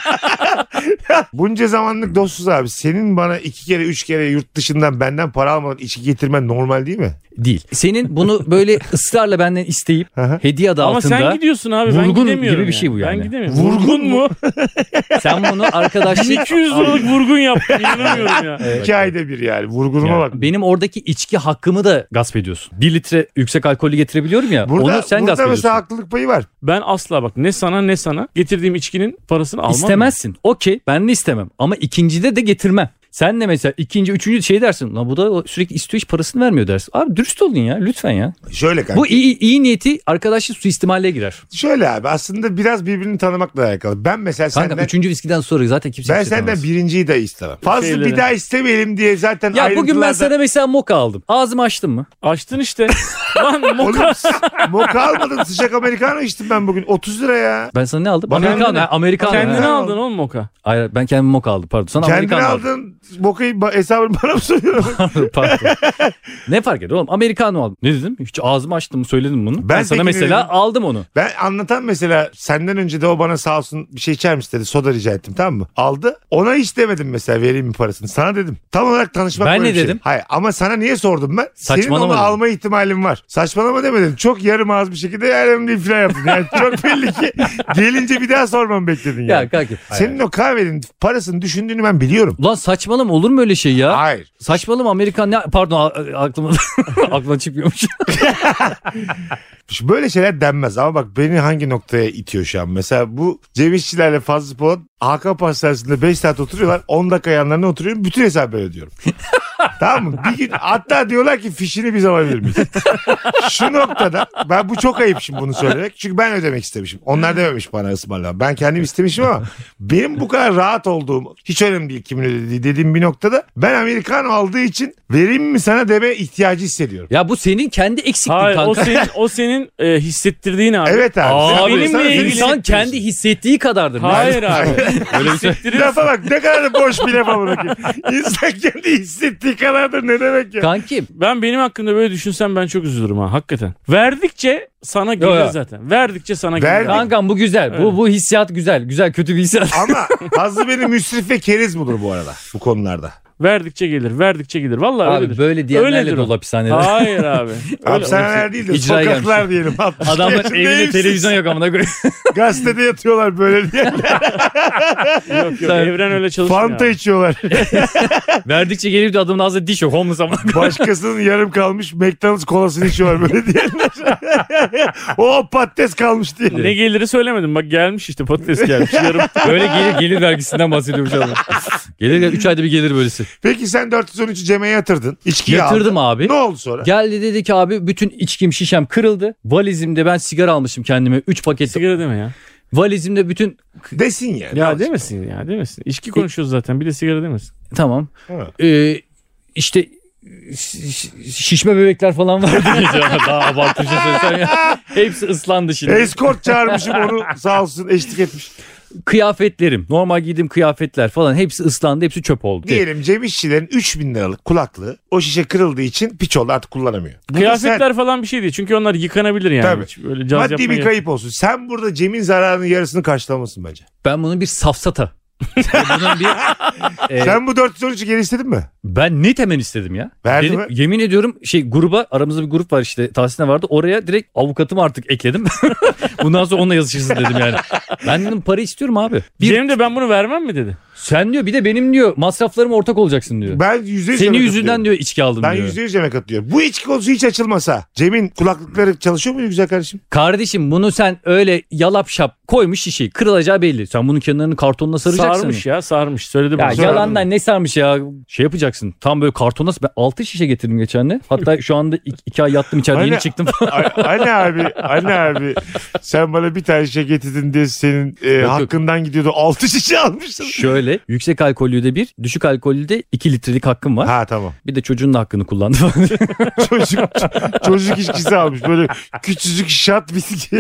Bunca zamanlık dostuz abi. Senin bana 2 kere 3 kere yurt dışından benden para almadan içki getirmen normal değil mi? Değil. Senin bunu böyle ısrarla benden isteyip Hı. hediye adı Ama altında sen gidiyorsun abi. Ben vurgun gidemiyorum. gibi bir şey bu yani. Ben gidemiyorum. Vurgun mu? sen bunu arkadaşlık 200 liralık vurgun yaptın. İnanamıyorum ya. 2 ayda bir yani. Vurgunuma Yani bak. benim oradaki içki hakkımı da gasp ediyorsun. 1 litre yüksek alkollü getirebiliyorum ya. Burada, onu sen gasp burada ediyorsun. mesela haklılık payı var. Ben asla bak ne sana getirdiğim içkinin parasını almam. İstemezsin. Okey, ben de istemem. Ama ikincide de getirmem. Sen de mesela ikinci, üçüncü şey dersin. Lan bu da sürekli istiyor, hiç parasını vermiyor dersin. Abi dürüst olun ya lütfen ya. Şöyle kanka. Bu iyi niyeti arkadaşlık suistimalle girer. Şöyle abi, aslında biraz birbirini tanımakla alakalı. Ben mesela Kanka senden... üçüncü viskiden sonra zaten kimse Ben bir şey senden tanımaz. birinciyi de istemem. Fazla Şeyleri. bir daha istemeyelim diye zaten Ya bugün ben ayrıntılarda- sana mesela moka aldım. Ağzımı açtım mı? Açtın işte. Lan Oğlum moka. moka almadım, sıcak americano içtim ben bugün. 30 lira ya. Ben sana ne aldım? Bana Amerikano. kendine- Ha, Amerikano. Kendine Ha. aldın oğlum moka. Hayır, ben kendime moka aldım pardon. Sana Kendine Amerikano aldım. aldın mokayı, hesabını bana mı soruyorsun? Pardon. Ne fark eder oğlum? Amerikano aldım. Ne dedim? Hiç ağzımı açtım mı söyledim bunu. Ben sana tekini mesela dedim. aldım onu. Ben anlatan mesela senden önce de o bana sağ olsun bir şey içer misin dedi. Soda rica ettim, tamam mı? Aldı. Ona hiç demedim mesela, vereyim mi parasını. Sana dedim. Tam olarak tanışmak Ben böyle ne bir şey. dedim? Hayır, ama sana niye sordum ben? Senin Saçmalama onu dedim. alma ihtimalin var. Saçmalama demedim. Çok yarım ağız bir şekilde önemli değil falan yaptın. Yani çok belli ki gelince bir daha sormamı bekledin yani. Ya kanka. Senin o kahvenin parasını düşündüğünü ben biliyorum. Ulan saçmalama, olur mu öyle şey ya? Hayır. Saçmalama, Amerikan ne? Pardon aklıma aklıma çıkmıyormuş. Böyle şeyler denmez ama bak beni hangi noktaya itiyor şu an. Mesela bu Cem İşçilerle Fazlı Polat Hakan Pastanesi'nde 5 saat oturuyorlar. 10 dakika yanlarına oturuyorum. Bütün hesabı ödüyorum. Tamam mı? Bir gün hatta diyorlar ki fişini biz alabilir miyiz? Şu noktada ben bu çok ayıp şimdi bunu söylemek. Çünkü ben ödemek istemişim. Onlar dememiş bana ısmarla. Ben kendim istemişim ama benim bu kadar rahat olduğum, hiç önemli değil kimin ödediği dediğim bir noktada ben Amerikano aldığı için vereyim mi sana deme ihtiyacı hissediyorum. Ya bu senin kendi eksikliğin Hayır kanka. o senin hissettirdiğin abi. Evet abi. Aa, Sen abi, bunu sana benimle ilgili- insan hissettiriyorsun. kendi hissettiği kadardır. Hayır abi. Öyle bir şey. Lafa bak, ne kadar da boş bir lafa bırakayım. İnsan kendi hissettiği kadardır, ne demek ya? Kanki Benim hakkında böyle düşünsem ben çok üzülürüm ha hakikaten. Verdikçe sana gelir Yo. zaten. Verdikçe sana gelir. Verdik. abi. kankam bu güzel. Evet. Bu hissiyat güzel. Güzel, kötü bir hissiyat. Ama Fazlı beni müsrif ve keriz bulur bu arada bu konularda. Verdikçe gelir. Verdikçe gelir. Vallahi Abi öyledir. böyle diyenlerle Öyledir o. dolu hapishaneler. Hayır abi. Hapishaneler değil de İcraya sokaklar diyelim. 60 Adamlar yaşında evinde evsiz. televizyon yok amına koyayım. Gazetede yatıyorlar böyle diye. Yok yok. Evren öyle çalışmıyor. Fanta abi. içiyorlar. Verdikçe gelir diyor, adamın ağzında diş yok. Homeless amına koyayım. Başkasının yarım kalmış McDonald's kolasını içiyorlar böyle diyenler. O patates kalmış diye. Ne geliri söylemedim. Bak gelmiş işte patates gelmiş. Yarım. Böyle gelir vergisinden bahsediyormuş adam. Gelir 3 ayda bir gelir böylesi. Peki sen 413'ü Cem'e yatırdın. İçkiyi Yatırdım aldın. abi. Ne oldu sonra? Geldi dedi ki abi bütün içkim şişem kırıldı. Valizimde ben sigara almışım kendime 3 paket. Sigara deme ya. Valizimde bütün Desin yani. Ya demesin ya demesin. İçki konuşuyoruz zaten. Bir de sigara demesin. tamam. Ha. İşte şişme bebekler falan vardı gece. Daha abartı bir şey söylesem ya. Hepsi ıslandı şimdi. Eskort çağırmışım onu sağ olsun eşlik etmiş. Kıyafetlerim, normal giydiğim kıyafetler falan hepsi ıslandı, hepsi çöp oldu. Diyelim Cem İşçilerin 3.000 liralık kulaklığı o şişe kırıldığı için piç oldu artık kullanamıyor. Burada Kıyafetler falan bir şey değil. Çünkü onlar yıkanabilir yani. Tabii. Hiç böyle caz maddi yapmaya bir gerek- kayıp olsun. Sen burada Cem'in zararının yarısını karşılamasın bence. Ben bunun bir safsata. Bunun bir Sen bu 413'ü geri istedin mi? ben net hemen istedim ya. Verdi Dedim, mi? yemin ediyorum gruba, aramızda bir grup var işte, Tahsin'e vardı. Oraya direkt avukatımı artık ekledim. Bundan sonra onunla yazışırsın dedim yani. Ben dedim para istiyorum abi. Cem de ben bunu vermem mi dedi. Sen diyor bir de benim diyor masraflarıma ortak olacaksın diyor. Ben %100 Senin yemek yüzünden atıyorum. diyor içki aldım Ben diyor. %100 yemek atıyorum. Bu içki konusu hiç açılmasa Cem'in kulaklıkları çalışıyor muydu güzel kardeşim? Kardeşim bunu sen öyle yalap şap koymuş şişeyi, kırılacağı belli. Sen bunun kenarını kartonla saracaksın. Sarmış ya sarmış. Söyledi Ya bana. Sonra- yalandan ne sarmış ya, şey yapacaksın tam böyle kartona, ben 6 şişe getirdim geçen de. Hatta şu anda 2 ay yattım içeride, Aynen. yeni çıktım. Anne abi sen bana bir tane şişe getirdin diye senin yok. hakkından gidiyordu 6 şişe almışsın. Şöyle yüksek alkollü de 1, düşük alkollü de 2 litrelik hakkım var. Ha tamam. Bir de çocuğun da hakkını kullandı. Çocuk içkisi almış böyle küçücük şat viski.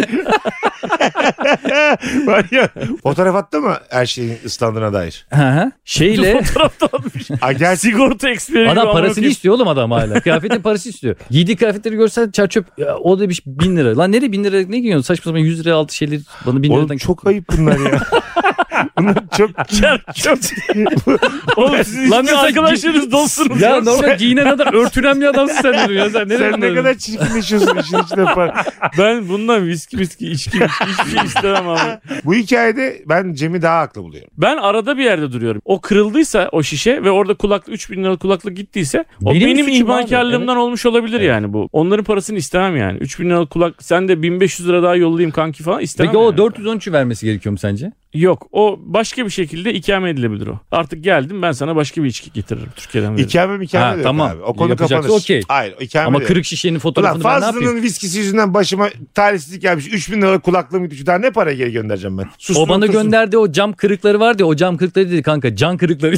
Var ya fotoğraf attı mı her şeyin ıslandığına dair? Hı hı. Şeyle Fotoğrafta atmış. Ha, gelsin. Sigorta eksperi. adam parasını istiyor oğlum, adam hala. Kıyafetin parası istiyor. Giydiği kıyafetleri görsen çerçöp, ya, o da bir 1000 lira. Lan nereye 1000 lira ne giyiyorsun? Saçma sapan 100 liraya altı şeyleri bana 1000 Oğlum liradan. çok ayıp bunlar ya. Bunlar çok Çok. Oğlum siz Lan işte sen- arkadaşlarınız dostsunuz. Ya normal giyinen adam, örtünen bir adamsın sen diyorum ya. Sen, sen ne kadar çirkinleşiyorsun işin içine para. Ben bundan viski içki hiçbir şey istemem abi. Bu hikayede ben Cem'i daha haklı buluyorum. Ben arada bir yerde duruyorum. O kırıldıysa o şişe ve orada 3000 liralık kulaklık gittiyse o Benim benim suçum imankarlığımdan olmuş olabilir yani bu. Onların parasını istemem yani. 3000 liralık kulak sen de 1500 lira daha yollayayım kanki falan istemem. Peki o yani. 413'ü vermesi gerekiyor mu sence? Yok o başka bir şekilde ikame edilebilir o. Artık geldim ben sana başka bir içki getiririm Türkiye'den veririm. İkame Ha, de yok tamam. abi. O konu Yapacaksa kapanır. okey. Hayır ikame Ama de yok. kırık şişenin Ulan fotoğrafını ben ne yapayım? Fazlı'nın viskisi yüzünden başıma talihsizlik gelmiş. 3.000 liralık kulaklığım gitmiş. Daha ne para geri göndereceğim ben? Sustum, O bana otursun. gönderdi, o cam kırıkları vardı ya, o cam kırıkları dedi kanka, can kırıkları.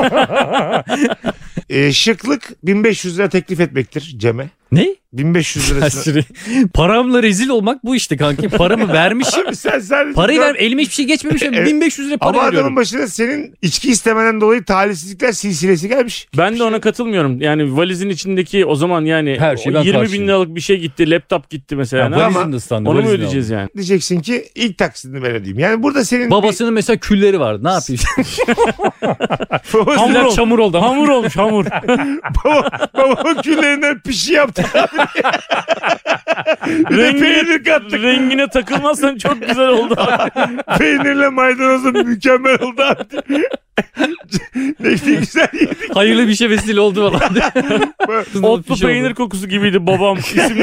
Şıklık 1500 lira teklif etmektir Cem'e. Ne? 1500 lirasını. Paramla rezil olmak bu işte kanki. Paramı vermişim. Abi sen Parayı ver, elime hiçbir şey geçmemiş. Evet. 1500 lira para Ama adamın veriyorum. başına senin içki istemeden dolayı talihsizlikler silsilesi gelmiş. Ben de ona katılmıyorum. Yani valizin içindeki o zaman yani Her şeyi ben 20 bin karşılayayım. liralık bir şey gitti. Laptop gitti mesela. Ya, Ne valizin ama de ıslandı, onu mu valizini ödeyeceğiz yani? Diyeceksin ki ilk taksidini ben ödeyeyim. Yani burada senin Babasının mesela külleri vardı. Ne yapayım? Hamur oldu. Çamur oldu. Hamur olmuş hamur. babamın küllerinden pişi yaptı. Bir de peynir kattık. Rengine takılmazsan çok güzel oldu abi. Peynirle maydanozun mükemmel oldu abi. ne güzel yedik. Hayırlı bir şey vesile oldu falan. Otlu Bir şey peynir oldu. kokusu gibiydi babam isimli.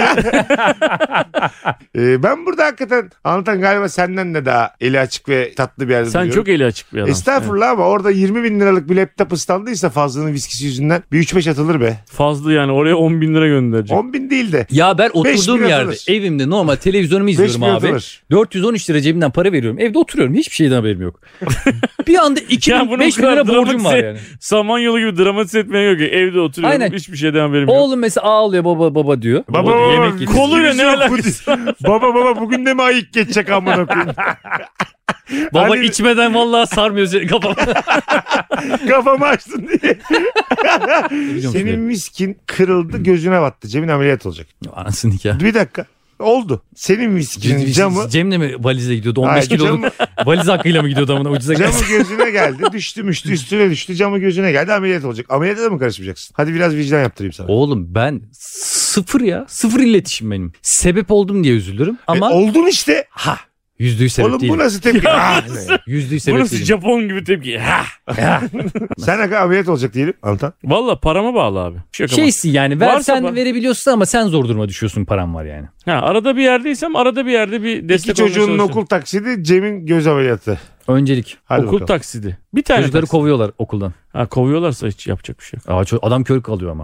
Ben burada hakikaten anlatan galiba senden de daha eli açık ve tatlı bir yerde Sen duruyorum. çok eli açık bir adamsın. Estağfurullah ama orada 20 bin liralık bir laptop ıslandıysa Fazlı'nın viskisi yüzünden bir 3-5 atılır be. Fazla yani oraya 10 bin lira gönderecek. 10 bin değil de. Ya ben 5 oturduğum bin yerde atılır. evimde normal televizyonumu izliyorum 5 bin abi. atılır. 413 lira cebimden para veriyorum. Evde oturuyorum. Hiçbir şeyden haberim yok. Bir anda Ya 2000 bunun 5000 kadar lira borcum var dramatize- yani. Samanyolu gibi dramatize etmeye yok ya. Evde oturuyorum. Aynen. Hiçbir şeyden haberim yok. Oğlum mesela ağlıyor, baba diyor. Baba O baba yemek viskimiz getiriyor. Koluyla ne yok bu alakası diye. Baba bugün de mi ayık geçecek amına koyayım. Baba Hani- içmeden vallahi sarmıyor seni kafama. Kafamı açtın diye. Biliyorum Senin viskin kırıldı gözüne battı. Cem'in ameliyat olacak. Anasını ya. Bir dakika. Oldu. Senin viskinin camı Cem'le mi valize gidiyordu? 15 Hayır, kiloluk camı- valiz hakkıyla mı gidiyordu amına ucuza geldi? camı gözüne geldi. Düştü üstüne düştü. Camı gözüne geldi. Ameliyat olacak. Ameliyata da mı karışmayacaksın? Hadi biraz vicdan yaptırayım sana. Oğlum ben sıfır iletişim benim. Sebep oldum diye üzülürüm ama Oldun işte. ha %100 sebep Oğlum değilim. bu nasıl tepki? Ah, ne? %100 sebep Burası değilim. Japon gibi tepki. Ha. Sen ne kadar ameliyat olacak diyelim. Anlatan. Valla parama bağlı abi. Bir şey yok ama. Şeysin yani Varsa versen verebiliyorsun ama sen zor duruma düşüyorsun, param var yani. Ha, arada bir yerdeysem arada bir yerde bir İki destek olmaya çocuğunun çalışıyorum. okul taksidi Cem'in göz ameliyatı. Öncelik. Hadi Okul bakalım. taksidi. Bir tane Çocukları taksidi. kovuyorlar okuldan. Ha, kovuyorlarsa hiç yapacak bir şey yok. Adam kör kalıyor ama.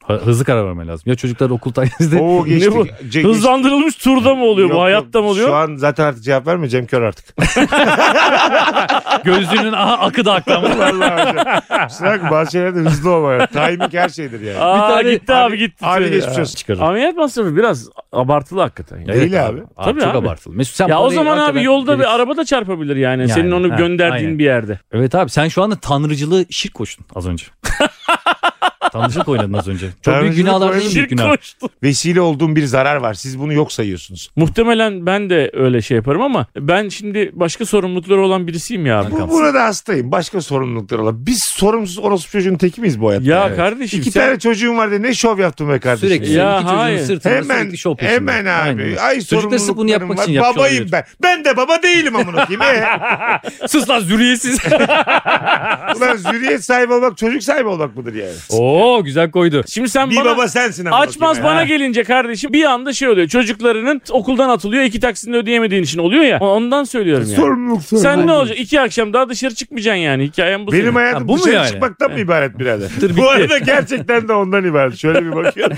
Hızlı karar vermen lazım. Ya çocuklar okul takside. Oo geçti. Ne bu? Hızlandırılmış turda mı oluyor? Yok, Bu hayatta mı oluyor? Şu an zaten artık cevap verme, Cem Kör artık. Gözlüğünün akı da aklanmış. Vallahi hocam. Sıra bazı şeylerde hızlı olma. Timing her şeydir yani. Aa, gitti abi gitti. Hadi geçmiş olsun. Çıkarır. Ameliyat masrafı biraz abartılı hakikaten. Ya. Değil abi. Tabii çok abi. abartılı. Mesut sen Ya o parayı zaman abi hakikaten yolda verirsin. bir araba da çarpabilir yani. Yani, Senin onu ha, gönderdiğin aynen. bir yerde. Evet abi sen şu anda tanrıcılığı şirk koştun az önce. Tanrıcılık oynadın az önce. Çok büyük Tanrıcılık günahlar oynadım. değil mi? Şirk Günah. koştu. Vesile olduğum bir zarar var. Siz bunu yok sayıyorsunuz. Muhtemelen ben de öyle şey yaparım ama ben şimdi başka sorumlulukları olan birisiyim ya abi. Burada hastayım. Başka sorumluluklar olan. Biz sorumsuz orospu çocuğun teki miyiz bu hayatta? Ya Evet. kardeşim İki sen... tane çocuğum var diye ne şov yaptım be kardeşim. Sürekli Ya iki çocuğun hayır. sırtında Hemen sürekli şov peşinde. hemen abi. Aynen. Ay Çocuklar sırf bunu sorumluluklarım yapmak var. için yapmış Babayım olabilir. ben. Ben de baba değilim amına koyayım. Sus lan zürriyetsiz. Ulan zürriyet sahibi olmak çocuk sahibi olmak mıdır yani? Oo güzel koydu. Şimdi sen Bir bana... baba sensin amına Açmaz koyayım bana ya. gelince kardeşim bir anda şey oluyor. Çocuklarının okuldan atılıyor. 2 taksitini ödeyemediğin için oluyor ya. Ondan söylüyorum yani. Sorumluluk. Sen ne olacak? 2 akşam daha dışarı çıkmayacaksın yani. Hikayem bu Benim senin. hayatım Ha, bu mu dışarı yani? çıkmaktan mı ibaret birader? Tır Bu bitti. arada gerçekten de ondan ibaret. Şöyle bir bakıyorum.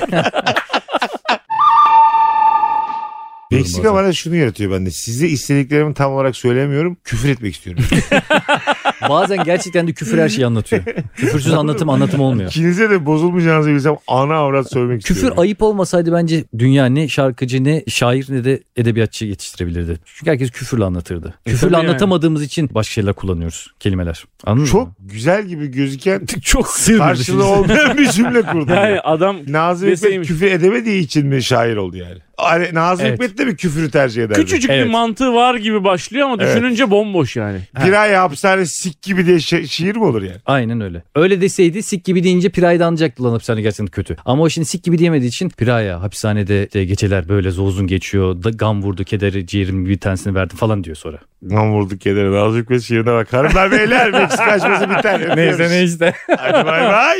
Meksika bana şunu yaratıyor bende. Size istediklerimi tam olarak söylemiyorum. Küfür etmek istiyorum. Bazen gerçekten de küfür her şeyi anlatıyor. Küfürsüz anlatım olmuyor. İkinize de bozulmayacağınızı bilsem ana avrat söylemek Küfür istiyorum. ayıp olmasaydı bence dünya ne şarkıcı ne şair ne de edebiyatçı yetiştirebilirdi. Çünkü herkes küfürle anlatırdı. Küfürle tabii yani. anlatamadığımız için başka şeyler kullanıyoruz. Kelimeler. Anladın Çok mı? güzel gibi gözüken Çok Sır bir karşılığı düşünce. olmayan bir cümle kurdum. yani ya. adam Nazım Hikmet deseymiş. küfür edemediği için mi şair oldu yani? Nazım Evet. Hikmet de mi küfürü tercih ederdi? küçücük Evet. bir mantığı var gibi başlıyor ama Evet. düşününce bomboş yani. Bir ay hapishane sik gibi diye şiir mi olur yani? Aynen öyle. Öyle deseydi sik gibi deyince Piray'da anacaktı lan hapishane gerçekten kötü. Ama o şimdi sik gibi diyemediği için Piray'a hapishanede de geceler böyle uzun geçiyor. Gam vurdu kederi ciğerimin bir tanesini verdim falan diyor sonra. Lan vurduk kederi. Nazım Hikmet şiirine bak. Hanımlar beyler Meksika açması biter. Öpüyoruz. işte. Hadi bay bay.